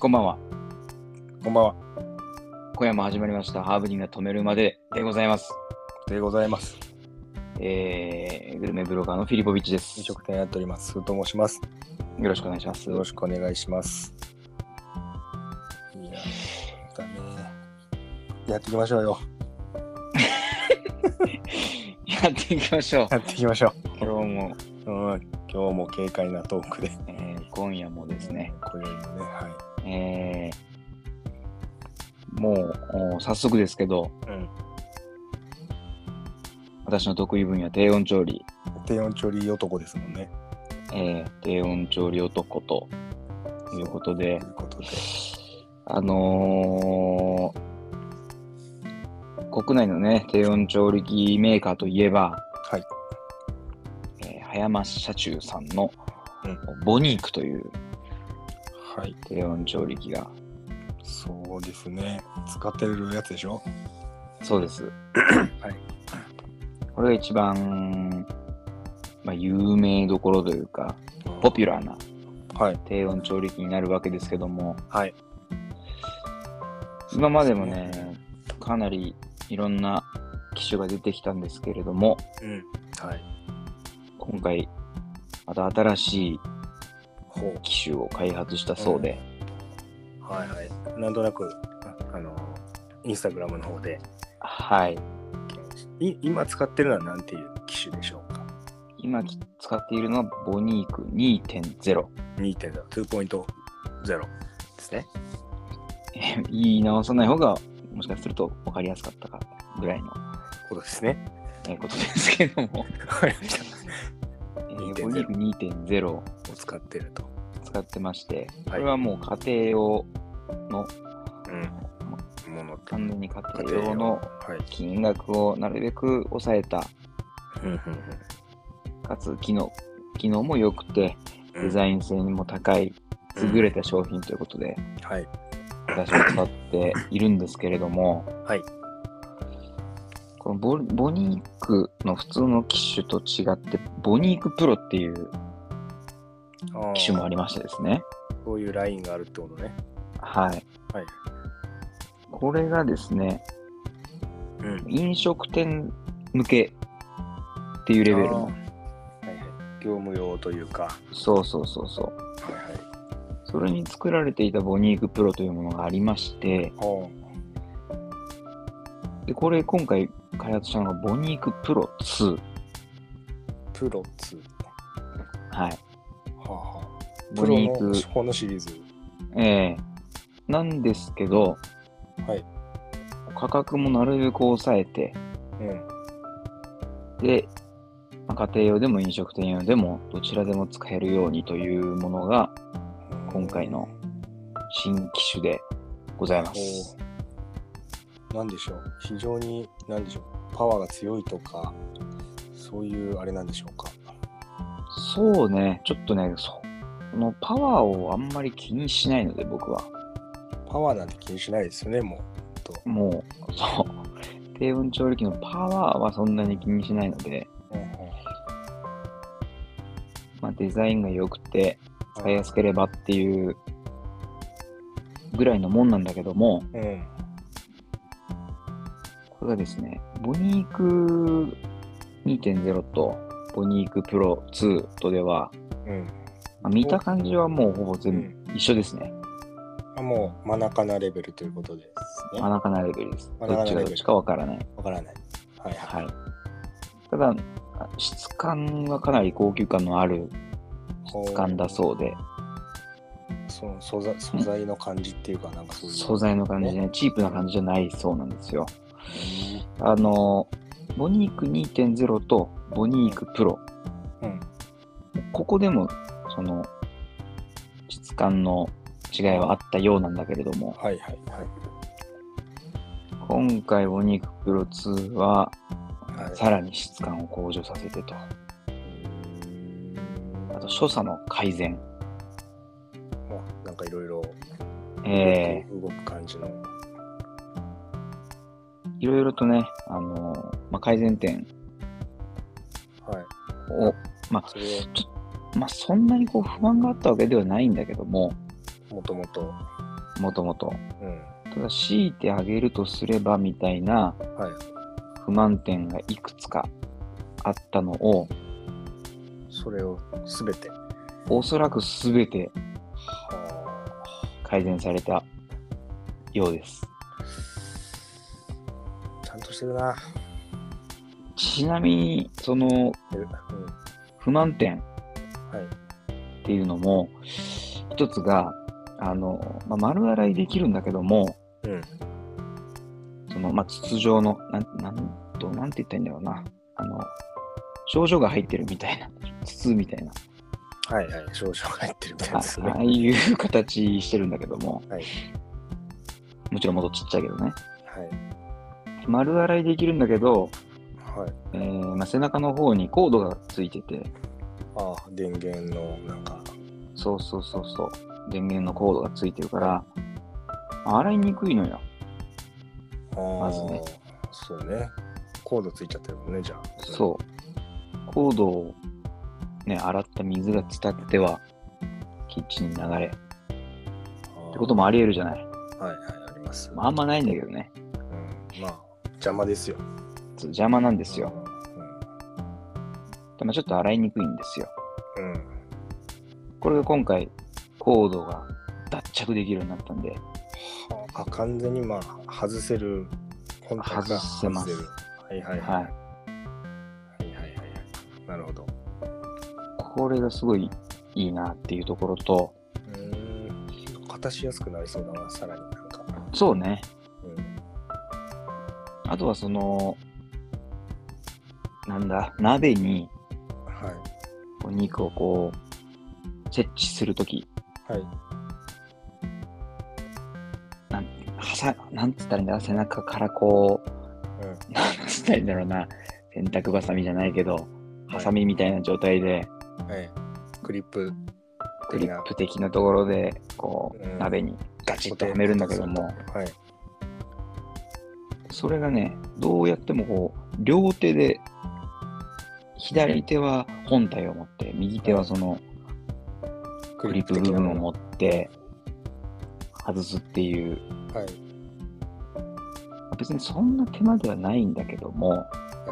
こんばんは。 こんばんは。 今夜も始まりましたハーブディンが止めるまででございます。 でございます。 グルメブロガーのフィリポビッチです。 飲食店やっております。スーと申します。 よろしくお願いします。 よろしくお願いします。いや、だね。やっていきましょうよ。 やっていきましょう。 やっていきましょう。 今今日も軽快なトークで。 今夜もですね。 今宵もね、はい。 もう早速ですけど、私の得意分野低温調理。 低温調理男ですもんね。 低温調理男ということで、国内のね低温調理器メーカーといえば、 はい。 葉山社中さんのボニークという低温調理器が、 そうですね。使ってるやつでしょ？ そうです。 はい。 これが一番、有名どころというか、ポピュラーな低温調理器になるわけですけども、 はい。 今までもね、かなりいろんな機種が出てきたんですけれども、 はい。 今回、また新しい機種を開発したそうで、 はいはい。なんとなく、インスタグラムの方で。 はい。 今使ってるのは何ていう機種でしょうか？ 今使っているのはボニーク 2.0。 2.0 ですね。 言い直さない方がもしかすると分かりやすかったかぐらいのことですね。 ことですけども。 わかりました。 ボニーク 2.0 を使ってると。 使ってまして、これはもう家庭用の、完全に家庭用の金額をなるべく抑えた、かつ機能も良くて、デザイン性にも高い優れた商品ということで、私は使っているんですけれども、このボニークの普通の機種と違って、ボニークプロっていう機種もありましてですね。 こういうラインがあるってことね。 はい。これがですね、飲食店向けっていうレベルの、 業務用というか。 そう。それに作られていたボニークプロというものがありまして、でこれ今回開発したのがボニークプロ2。 プロ2。 はい。 ボニークこのシリーズ。 なんですけど、価格もなるべく抑えて、で、家庭用でも飲食店用でもどちらでも使えるようにというものが今回の新機種でございます。 なんでしょう。非常にパワーが強いとかそういうあれなんでしょうか。 そうね、ちょっとね、そのパワーをあんまり気にしないので僕は。 パワーなんて気にしないですよね、もうそう。低温調理器のパワーはそんなに気にしないので、デザインが良くて使いやすければっていうぐらいのもんなんだけども、これがですね、ボニーク 2.0 とボニークプロ2とでは、見た感じはもうほぼ全部一緒ですね。 もうマナカナレベルということですね。 マナカナレベルです。どっちがどっちかわからない。ただ、質感はかなり高級感のある質感だそうで。 その素材の感じっていうか、なんかそういう。 素材の感じね、チープな感じじゃないそうなんですよ。ボニーク 2.0 とボニークプロ。ここでも、その、質感の違いはあったようなんだけれども。今回、ボニークプロ2は、さらに質感を向上させてと。あと、所作の改善。 なんかいろいろ動く感じの。 いろいろとね、改善点を、そんなに不満があったわけではないんだけども、 もともと。 もともと。 うん。 ただ、強いてあげるとすればみたいなはい。 不満点がいくつかあったのを、 それをすべて。 おそらく全ては改善されたようです。 ちゃんとしてるな。 ちなみに、そのうん。 不満点はい。 っていうのも、一つが、丸洗いできるんだけども、 うん。 筒状の、なんて言ったらいいんだろうな。症状が入ってるみたいな、筒みたいな。 はいはい。少々入ってるみたいですね。 ああいう形してるんだけども、 はい。 もちろんもっとちっちゃいけどね。 はい。 丸洗いできるんだけど、 はい。 背中の方にコードがついてて、 ああ、電源のなんか。 そう。電源のコードがついてるから、洗いにくいのよ。まずね。 そうね。コードついちゃってるもんね、じゃあ。 そう。コードをね、洗った水が伝っては、キッチンに流れ。ってこともあり得るじゃない。 はいはい、あります。 あんまないんだけどね。 うん、まあ、邪魔ですよ。 邪魔なんですよ。 うん。 ちょっと洗いにくいんですよ。 うん。 これが今回、コードが脱着できるようになったんで。 完全にまあ、外せる。 本体が外せます。 はいはいはい。はいはいはいはい。なるほど。 これがすごいいいなっていうところと、 片しやすくなりそうだな、さらになんか。 そうね。 うん。 あとは鍋に、 はい。 お肉をこう、設置するとき。 はい。 なんつったらいいんだろう、背中からこう、なんつったらいいんだろうな、洗濯バサミじゃないけど、ハサミみたいな状態で、 はい。クリップ的なところで、こう、鍋にガチッとはめるんだけども、 はい。 それがね、どうやってもこう、両手で、左手は本体を持って、右手はその、クリップ部分を持って、外すっていう、 はい。 別にそんな手間ではないんだけども、はい、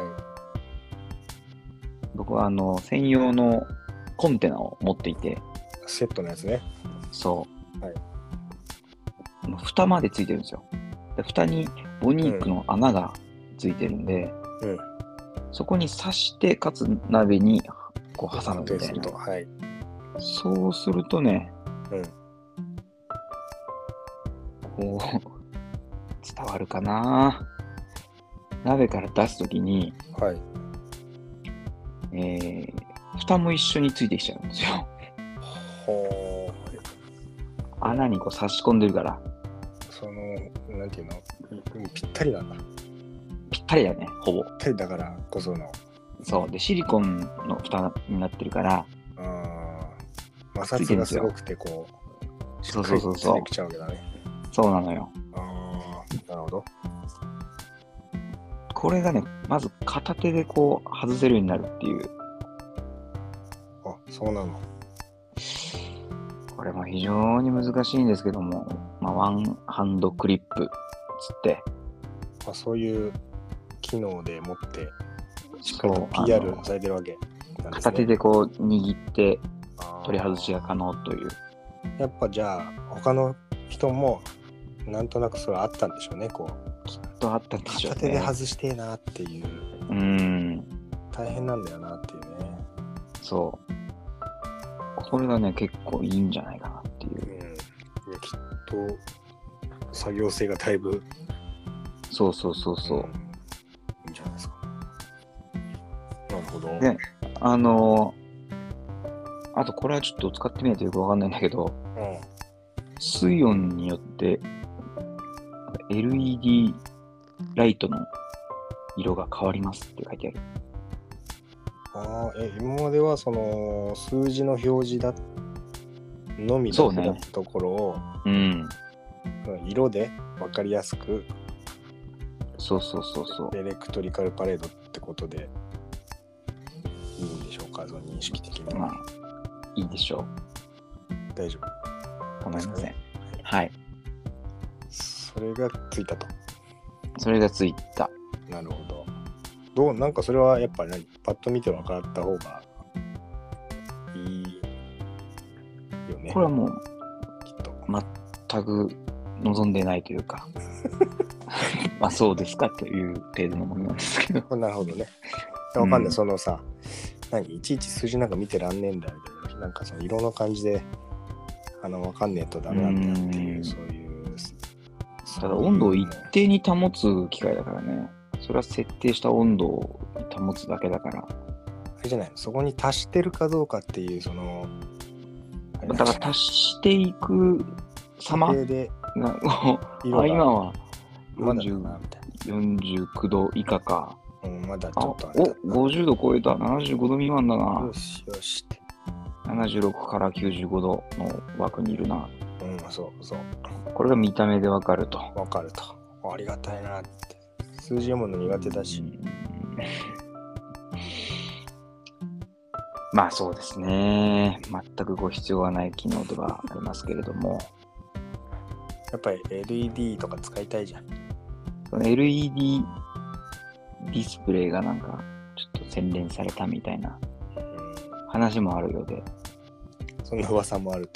僕は専用のコンテナを持っていて、 セットのやつね。 そう。 はい。 蓋までついてるんですよ。で、蓋にボニークの穴がついてるんで、そこに刺して、かつ鍋にこう挟むみたいな。 はい。 そうするとね、こう、伝わるかな。鍋から出すときに、 はい。 蓋も一緒についてきちゃうんですよ。 ほー。 穴にこう差し込んでるから。 なんていうの、ぴったりなんだ。 ぴったりだね、ほぼ。 ぴったりだからこその。 そう。で、シリコンの蓋になってるから、 摩擦がすごくてこう、 そう。 ついてきちゃうわけだね。 そうなのよ。 なるほど。 これがね、まず片手でこう外せるようになるっていう。 あ、そうなの。 これも非常に難しいんですけども、ワンハンドクリップつって。 そういう機能で持って、しっかりと PR されてるわけなんですね。 片手でこう握って取り外しが可能という。 やっぱじゃあ、他の人もなんとなくそれあったんでしょうね、こう。 きっとあったんでしょうね。 片手で外してえなっていう。大変なんだよなっていうね。 そう。これがね、結構いいんじゃないかなっていう。 きっと、作業性がだいぶ。 そう。 いいんじゃないですか。なるほど。 で、あとこれはちょっと使ってみないとよくわかんないんだけど、水温によって LED ライトの色が変わりますって書いてある。 今まではその数字の表示だのみだったところを、色で分かりやすく、 そう。 エレクトリカルパレードってことでいいんでしょうか、その認識的には。 いいでしょう。 大丈夫。 構いません。はい。 それがついたと。 それがついた。 なるほど。なんかそれはやっぱりパッと見て分かった方がいいよね。 これはもうきっと全く望んでないというかまあそうですかという程度のものなんですけど。 なるほどね。わかんない、そのさ、いちいち数字なんか見てらんねえんだよみたいな、なんかその色の感じでわかんねえとダメなんだよっていう、そういう。 ただ温度を一定に保つ機械だからね。それは設定した温度を保つだけだから。あれじゃないの、そこに達してるかどうかっていう、そのだから達していく様で今はまだだなみたいな。 49度以下か。 まだちょっとあれだな。50度超えた。75度未満だな。 よしよしって。 76から95度の枠にいるな。 そうそう。 これが見た目でわかると。 わかると。ありがたいなって。数字読むの苦手だし。 まあそうですね。全くご必要はない機能ではありますけれども。 やっぱり LED とか使いたいじゃん。 その LED ディスプレイがなんかちょっと洗練されたみたいな話もあるようで。 そんな噂もあると。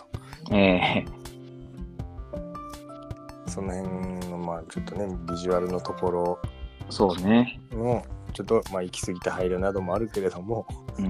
その辺のまあちょっとね、ビジュアルのところ。 そうね。 のちょっとまあ行き過ぎた配慮などもあるけれども。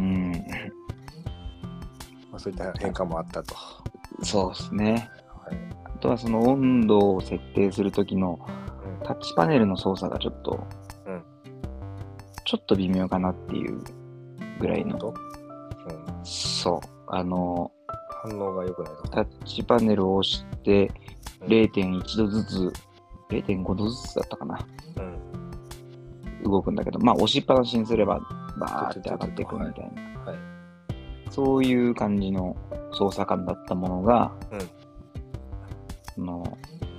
まあ、そういった変化もあったと。 そうですね。あとはその温度を設定するときのタッチパネルの操作がちょっと、ちょっと微妙かなっていうぐらいの。そう。反応が良くないと。 タッチパネルを押して 0.1 度ずつ、0.5 度ずつだったかな。動くんだけど、まあ押しっぱなしにすればバーって上がっていくみたいな。そういう感じの操作感だったものが、なん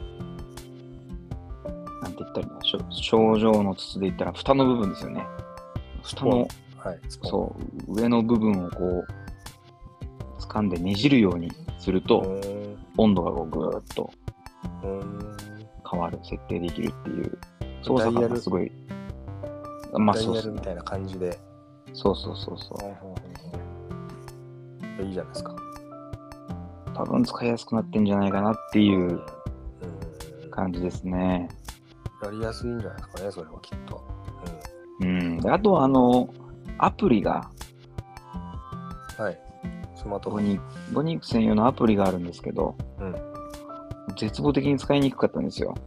て言ったらいいんだ、症状の筒で言ったら蓋の部分ですよね。蓋の、そう、上の部分をこう、掴んでねじるようにすると、温度がこうぐーっと変わる、設定できるっていう操作感がすごい、 まあそうですね。みたいな感じで。 そう。 いいじゃないですか。 多分使いやすくなってんじゃないかなっていう感じですね。 やりやすいんじゃないですかね、それはきっと。 であとはアプリが、 スマートフォンボニーク専用のアプリがあるんですけど、絶望的に使いにくかったんですよ。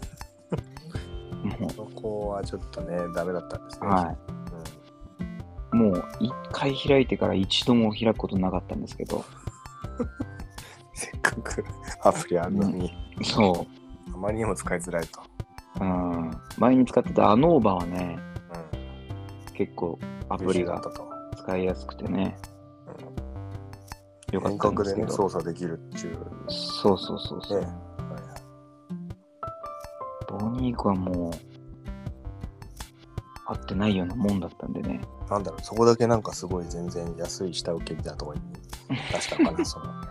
そこはちょっとね、ダメだったんですね。 もう一回開いてから一度も開くことなかったんですけど。 せっかくアプリあるのに。 そう。 あまりにも使いづらいと。 前に使ってたアノーバはね、結構アプリが使いやすくてね。よかったんですけど。 遠隔でね、操作できるっていう。 そう。ボニークはもう合ってないようなもんだったんでね。 なんだろう、そこだけなんかすごい全然安い下請けみたいなところに出したのかな、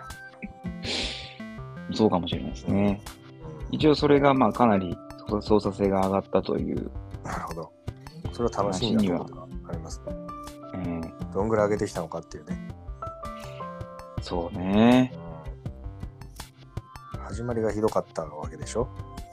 そうかもしれないですね。一応それがまあかなり操作性が上がったという。 なるほど。それは楽しみなところではありますね。どんぐらい上げてきたのかっていうね。 そうね。 始まりがひどかったわけでしょ。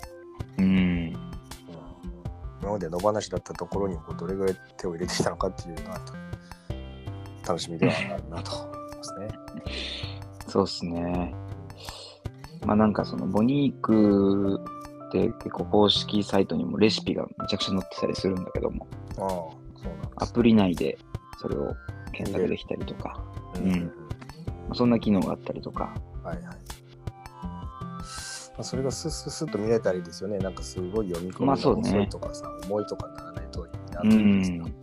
今まで野放しだったところにどれぐらい手を入れてきたのかっていうのは楽しみではあるなと思いますね。 そうですね。まあなんかそのボニークって結構公式サイトにもレシピがめちゃくちゃ載ってたりするんだけども、 そうなんです。 アプリ内でそれを検索できたりとか、そんな機能があったりとか。 それがスッと見れたりですよね。なんかすごい読み込みが遅いとかさ、重いとかにならないといいなと思いますね。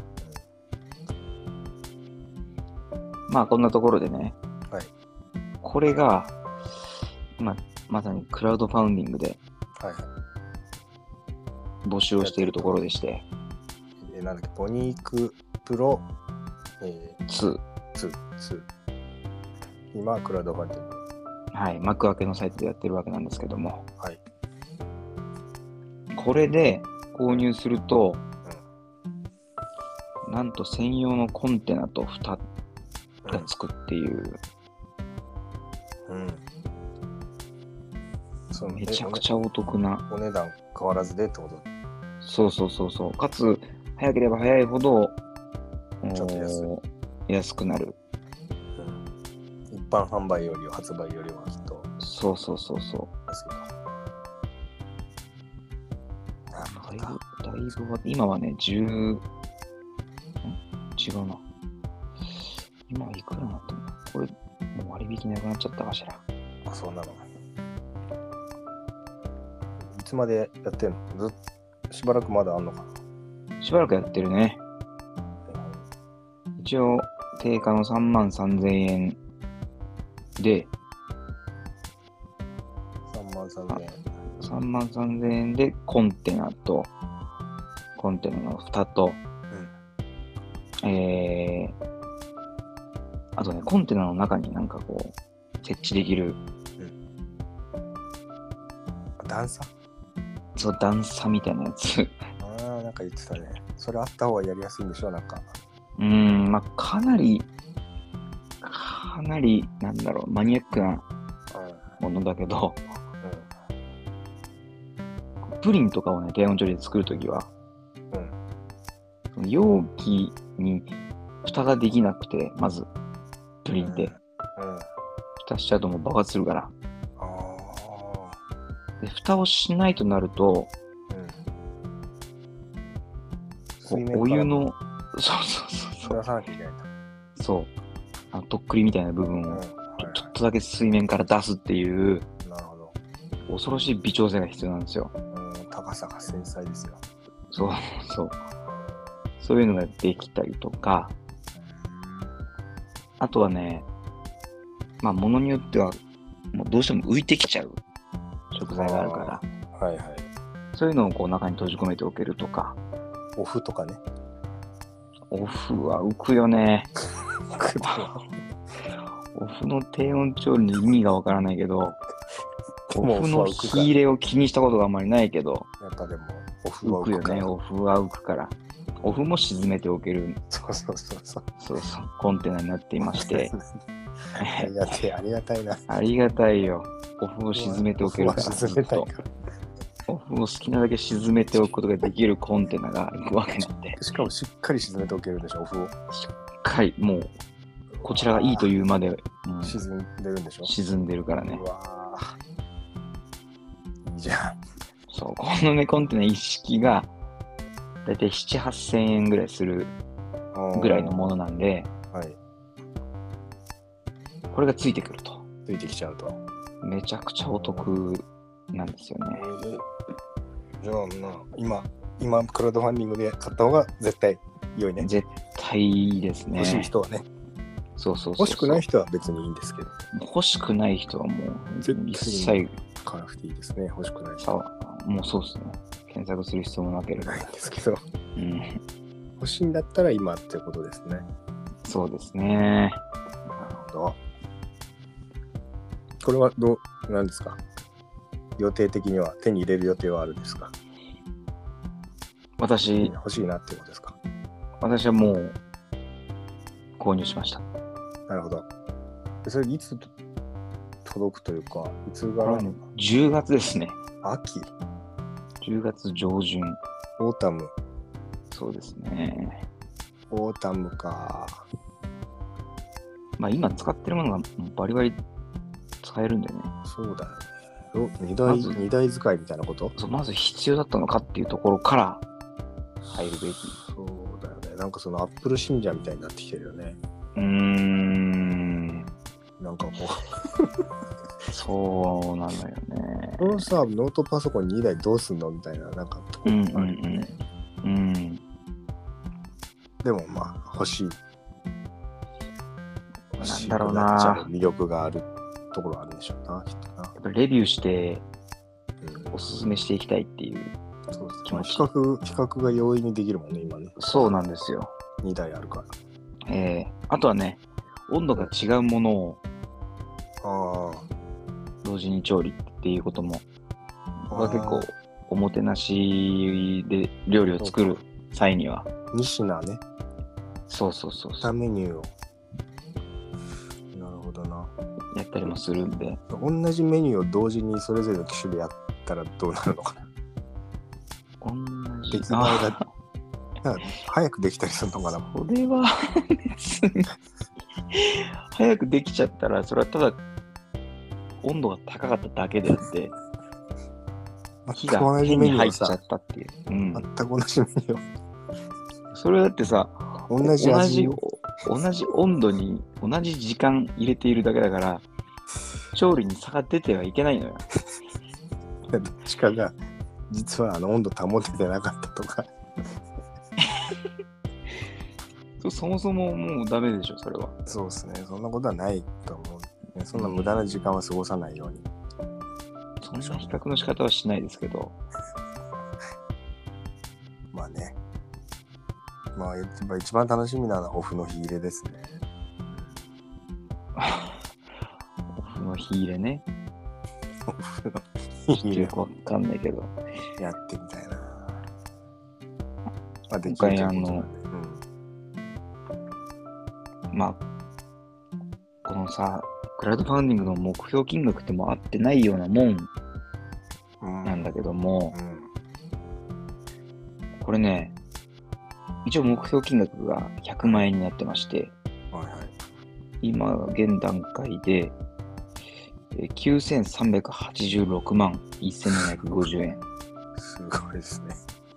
まあこんなところでね、これが、まさにクラウドファウンディングで募集をしているところでして、 なんだっけ、ボニークプロ、 2。 今クラウドファンディング。 幕開けのサイトでやってるわけなんですけども、 これで購入すると、なんと専用のコンテナと蓋がつくっていう。めちゃくちゃお得な。 お値段変わらずでってこと？ そう。かつ、早ければ早いほど、 ちょっと安くなる。 一般販売よりは発売よりはきっと。 そう。 安いと。 だいぶ今はね、違うな。今はいくらなってんだ。これ、もう割引なくなっちゃったかしら。 あ、そうなの。いつまでやってんの？しばらくまだあんのかな？ しばらくやってるね。一応、定価の33,000円で、 33,000円。 33,000円でコンテナの蓋と、あとね、コンテナの中になんかこう、設置できる、 段差？ そう、段差みたいなやつ。 なんか言ってたね。それあった方がやりやすいんでしょ、なんか。 まあ、かなり、なんだろう、マニアックなものだけど、プリンとかをね、低温調理で作るときは、その容器に蓋ができなくて、まず、プリンで、蓋しちゃうともう爆発するから。で、蓋をしないとなると、お湯の、そう。 出さなきゃいけないんだ。 そう。とっくりみたいな部分を、ちょっとだけ水面から出すっていう、 なるほど。 恐ろしい微調整が必要なんですよ。 高さが繊細ですよ。 そう。そういうのができたりとか、あとはね、まあ、物によっては、もうどうしても浮いてきちゃう食材があるから、そういうのをこう中に閉じ込めておけるとか。 お麩とかね。 お麩は浮くよね。お麩の低温調理の意味がわからないけど、お麩の火入れを気にしたことがあんまりないけど、 やっぱでもお麩は浮くよね。お麩は浮くから。お麩も沈めておける。 そう。 コンテナになっていまして。 ありがたいな。 ありがたいよ。お麩を沈めておけるから。 沈めたいから。 お麩を好きなだけ沈めておくことができるコンテナがいくわけなんで。 しかもしっかり沈めておけるんでしょ、お麩を。 しっかり、もう、こちらがいいというまで、 沈んでるんでしょ。 沈んでるからね。 うわー、いいじゃん。 そう、このね、コンテナ一式が、だいたい7、8千円ぐらいするぐらいのものなんで、これがついてくると。 ついてきちゃうと。 めちゃくちゃお得なんですよね。 じゃあ今クラウドファンディングで買った方が絶対良いね。 絶対いいですね。 欲しい人はね。 そう。 欲しくない人は別にいいんですけど。 欲しくない人はもう一切買わなくていいですね。欲しくない人は。 もうそうですね。検索する必要もなければ。 ないんですけど。欲しいんだったら今ってことですね。 そうですね。 なるほど。これは何ですか？予定的には手に入れる予定はあるんですか？ 私、 欲しいなっていうことですか？ 私はもう購入しました。 なるほど。それいつ届くというか、いつが、 ね、10月ですね。 秋 ?10 月上旬。 オータム。 そうですね。 オータムか。 まあ今使ってるものがバリバリ使えるんでね。 そうだよね。二台使いみたいなこと？ そう、まず必要だったのかっていうところから入るべき。 そうだよね。なんかそのアップル信者みたいになってきてるよね。なんかこうそうなのよね。 このさ、ノートパソコン2台どうすんのみたいな、なんかとこあるよね。でもまあ欲しい。 なんだろうな。 魅力があるところあるんでしょうな、きっとな。 やっぱレビューしておすすめしていきたいっていう気持ち。 比較が容易にできるもんね、今ね。 そうなんですよ。 2台あるから。 あとはね、温度が違うものを同時に調理っていうことも、僕は結構おもてなしで料理を作る際には。 2品ね。 そうそうそう 2メニューを。なるほどな。 やったりもするんで。 同じメニューを同時にそれぞれの機種でやったらどうなるのかな。 同じ。 出来栄えがなんか早くできたりするのかな。 これは別に早くできちゃったら、それはただ温度が高かっただけであって、火が変に入っちゃったっていう。 全く同じメニューを。 それだってさ、 同じ温度に同じ時間入れているだけだから、調理に差が出てはいけないのよ。 どっちかが実は温度保ててなかったとか。 そもそももうダメでしょ、それは。 そうですね。そんなことはないと思う、ね。そんな無駄な時間は過ごさないように。 そんな比較の仕方はしないですけど。 まあね。まあ一番楽しみなのはオフの火入れですね。 オフの火入れね。 オフの火入れよくわかんないけど。 やってみたいな。まあ、で今回まあ、このさ、クラウドファンディングの目標金額ってもう合ってないようなもんなんだけども、これね、一応目標金額が100万円になってまして、今現段階で9386万1750円。 すごいですね。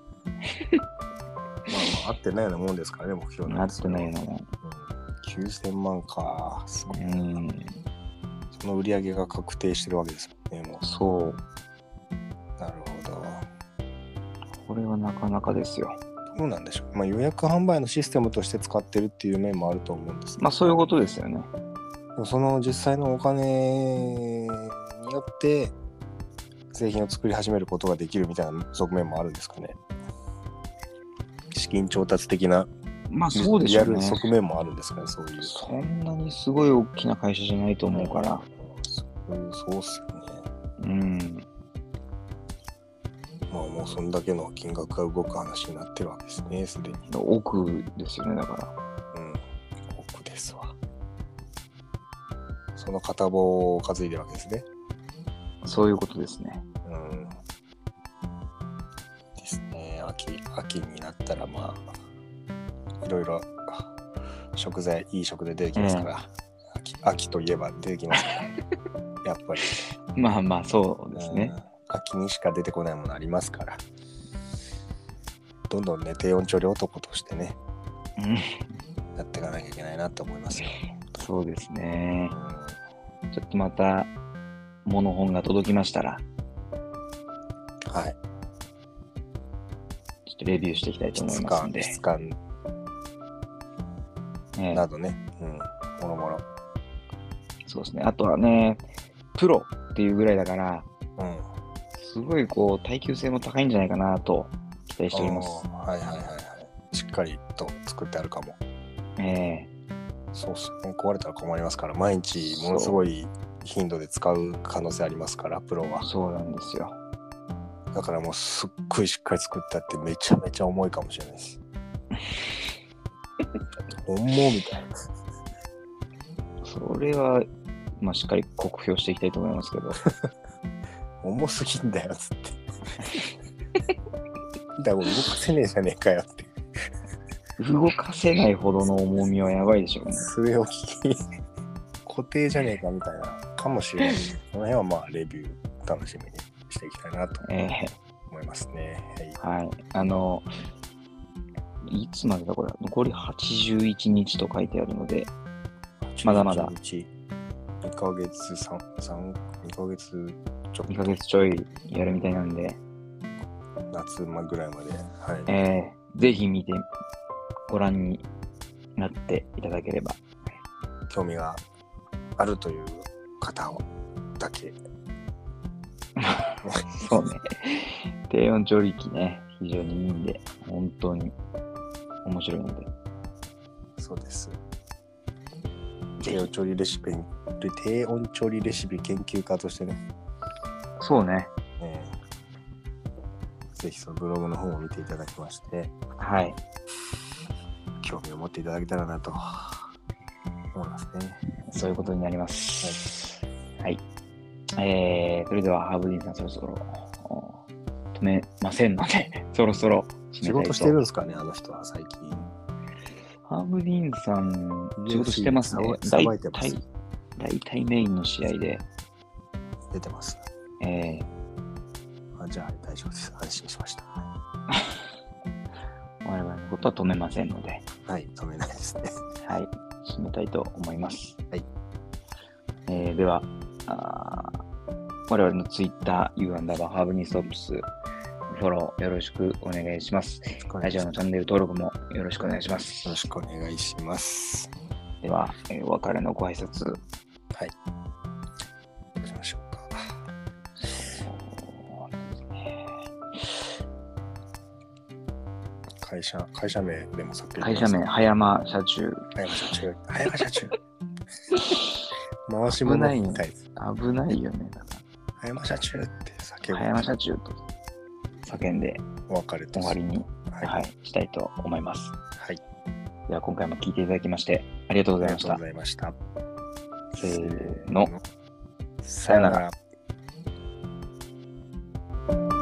まあ合ってないようなもんですからね、目標合ってないようなもん。 9000万か。すごいな。その売り上げが確定してるわけですもんね、もう。 そう。 なるほど。 これはなかなかですよ。 どうなんでしょう。まあ予約販売のシステムとして使ってるっていう面もあると思うんですけど。 まあそういうことですよね。 その実際のお金によって製品を作り始めることができるみたいな側面もあるんですかね。資金調達的な。 まあそうでしょうね。 やる側面もあるんですかね、そういう。 そんなにすごい大きな会社じゃないと思うから。 そうっすよね。まあもうそんだけの金額が動く話になってるわけですね、すでに。 億ですよね、だから。 億ですわ。その片棒を担いでるわけですね。 そういうことですね。 ですね。秋になったらまあいろいろ食材いい食材出てきますから、秋といえば出てきますからやっぱりまあまあそうですね。 秋にしか出てこないものありますから、どんどんね低温調理男としてね、やっていかなきゃいけないなと思いますよ。 そうですね。ちょっとまたモノ本が届きましたら、 はい、 ちょっとレビューしていきたいと思いますので、 質感などね、もろもろ。 そうですね。あとはね、プロっていうぐらいだから、すごいこう耐久性も高いんじゃないかなと期待しております。 しっかりと作ってあるかも。そうっすね。壊れたら困りますから、毎日ものすごい頻度で使う可能性ありますから、プロは。 そうなんですよ。 だからもうすっごいしっかり作ったってめちゃめちゃ重いかもしれないです。重みたいな。 それは、まあ、しっかり酷評していきたいと思いますけど。 重すぎんだよ、つって。だから動かせねえじゃねえかよって。 動かせないほどの重みはやばいでしょうね。 据え置き固定じゃねえかみたいなかもしれない。この辺はまあレビュー楽しみにしていきたいなと思いますね。 はい。いつまでだこれ、残り81日と書いてあるので、まだまだ 2ヶ月2ヶ月ちょっと 2ヶ月ちょいやるみたいなんで、 夏ぐらいまで、 ぜひご覧になっていただければ、 興味があるという方をだけそうね。低温調理器ね、非常にいいんで、本当に面白いので。 そうです。低温調理レシピ研究家としてね。 そうね。 ぜひそのブログの方を見ていただきまして、 はい。 興味を持っていただけたらなと思いますね。 そういうことになります。はい。それではハーブディーンさんそろそろ止めませんので、そろそろ仕事してるんですかね、あの人は最近。 ハーブディーンさん、仕事してますね。 さばいてます。 大体メインの試合で。 出てます。じゃあ大丈夫です。安心しました。 我々のことは止めませんので。 はい、止めないですね。 はい、締めたいと思います。 はい。 では、我々のツイッター、U_ハーブニーストップス、フォローよろしくお願いします。ラジオのチャンネル登録もよろしくお願いします。 よろしくお願いします。 では、お別れのご挨拶。 はい。どうしましょうか。会社名でも叫びますか。 会社名、葉山社中。 葉山社中。回し物みたいです。 危ないよね。 葉山社中って叫ぶ。 葉山社中と叫んでお別れと終わりに、 はい、 したいと思います。 はい。 では今回も聞いていただきましてありがとうございました。 ありがとうございました。 せーの。 さよなら。